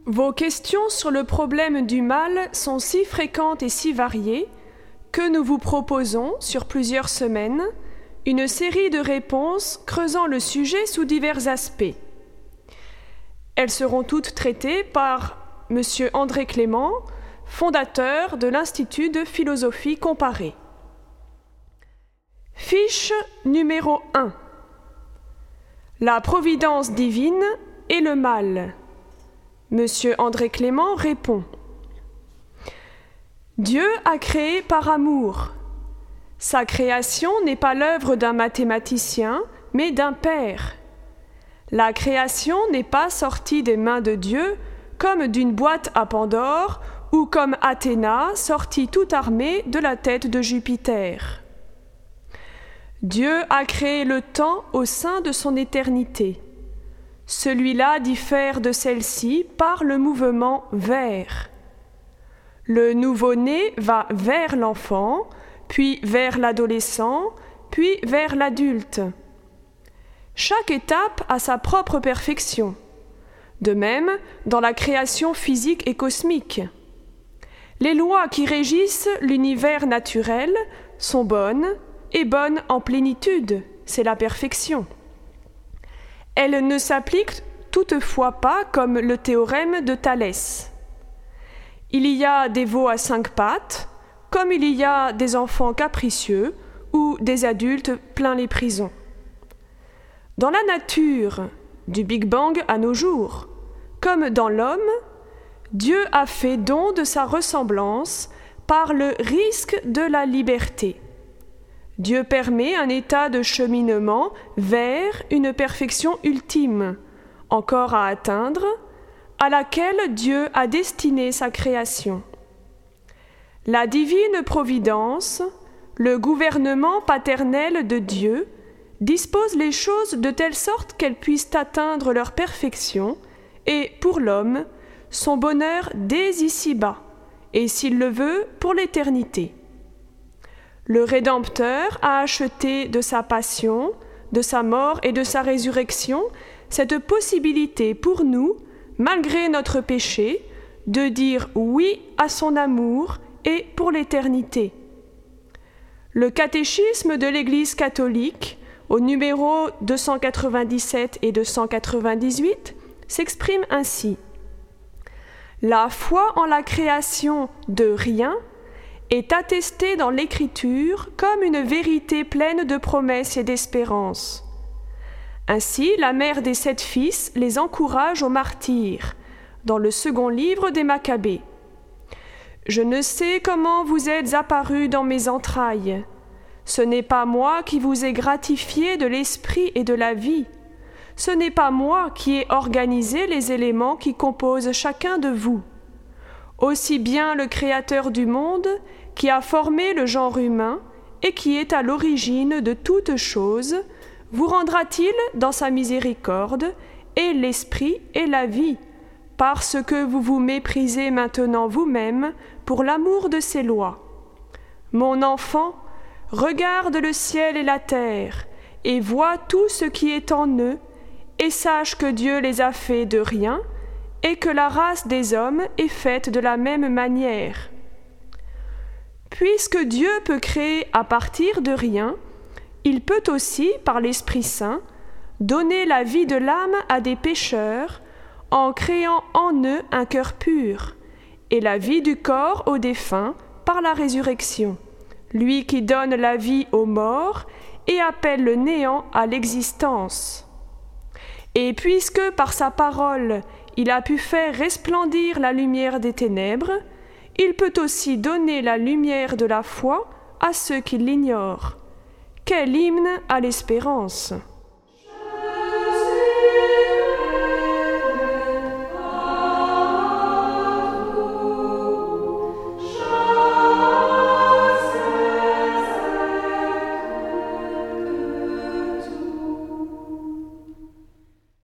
Vos questions sur le problème du mal sont si fréquentes et si variées que nous vous proposons, sur plusieurs semaines, une série de réponses creusant le sujet sous divers aspects. Elles seront toutes traitées par M. André Clément, fondateur de l'Institut de philosophie comparée. Fiche numéro 1. La providence divine et le mal. M. André Clément répond: Dieu a créé par amour. Sa création n'est pas l'œuvre d'un mathématicien, mais d'un père. La création n'est pas sortie des mains de Dieu comme d'une boîte à Pandore ou comme Athéna sortie tout armée de la tête de Jupiter. Dieu a créé le temps au sein de son éternité. Celui-là diffère de celle-ci par le mouvement vers. Le nouveau-né va vers l'enfant, puis vers l'adolescent, puis vers l'adulte. Chaque étape a sa propre perfection. De même, dans la création physique et cosmique. Les lois qui régissent l'univers naturel sont bonnes, et bonnes en plénitude, c'est la perfection. Elles ne s'appliquent toutefois pas comme le théorème de Thalès. Il y a des veaux à 5 pattes, comme il y a des enfants capricieux ou des adultes plein les prisons. Dans la nature, du Big Bang à nos jours, comme dans l'homme, Dieu a fait don de sa ressemblance par le risque de la liberté. Dieu permet un état de cheminement vers une perfection ultime, encore à atteindre, à laquelle Dieu a destiné sa création. La divine providence, le gouvernement paternel de Dieu, dispose les choses de telle sorte qu'elles puissent atteindre leur perfection et, pour l'homme, son bonheur dès ici-bas, et s'il le veut, pour l'éternité. Le Rédempteur a acheté de sa passion, de sa mort et de sa résurrection cette possibilité pour nous, malgré notre péché, de dire oui à son amour et pour l'éternité. Le catéchisme de l'Église catholique, au numéro 297 et 298, s'exprime ainsi: La foi en la création de rien est attestée dans l'Écriture comme une vérité pleine de promesses et d'espérance. Ainsi, la mère des 7 fils les encourage au martyre, dans le second livre des Maccabées. Je ne sais comment vous êtes apparus dans mes entrailles. Ce n'est pas moi qui vous ai gratifié de l'esprit et de la vie. Ce n'est pas moi qui ai organisé les éléments qui composent chacun de vous. Aussi bien le Créateur du monde, qui a formé le genre humain et qui est à l'origine de toutes choses, vous rendra-t-il dans sa miséricorde et l'esprit et la vie, parce que vous vous méprisez maintenant vous-même pour l'amour de ses lois. Mon enfant, regarde le ciel et la terre, et vois tout ce qui est en eux, et sache que Dieu les a faits de rien, et que la race des hommes est faite de la même manière. Puisque Dieu peut créer à partir de rien, il peut aussi, par l'Esprit Saint, donner la vie de l'âme à des pécheurs, en créant en eux un cœur pur, et la vie du corps aux défunts par la résurrection, lui qui donne la vie aux morts et appelle le néant à l'existence. Et puisque par sa parole, il a pu faire resplendir la lumière des ténèbres, il peut aussi donner la lumière de la foi à ceux qui l'ignorent. Quel hymne à l'espérance!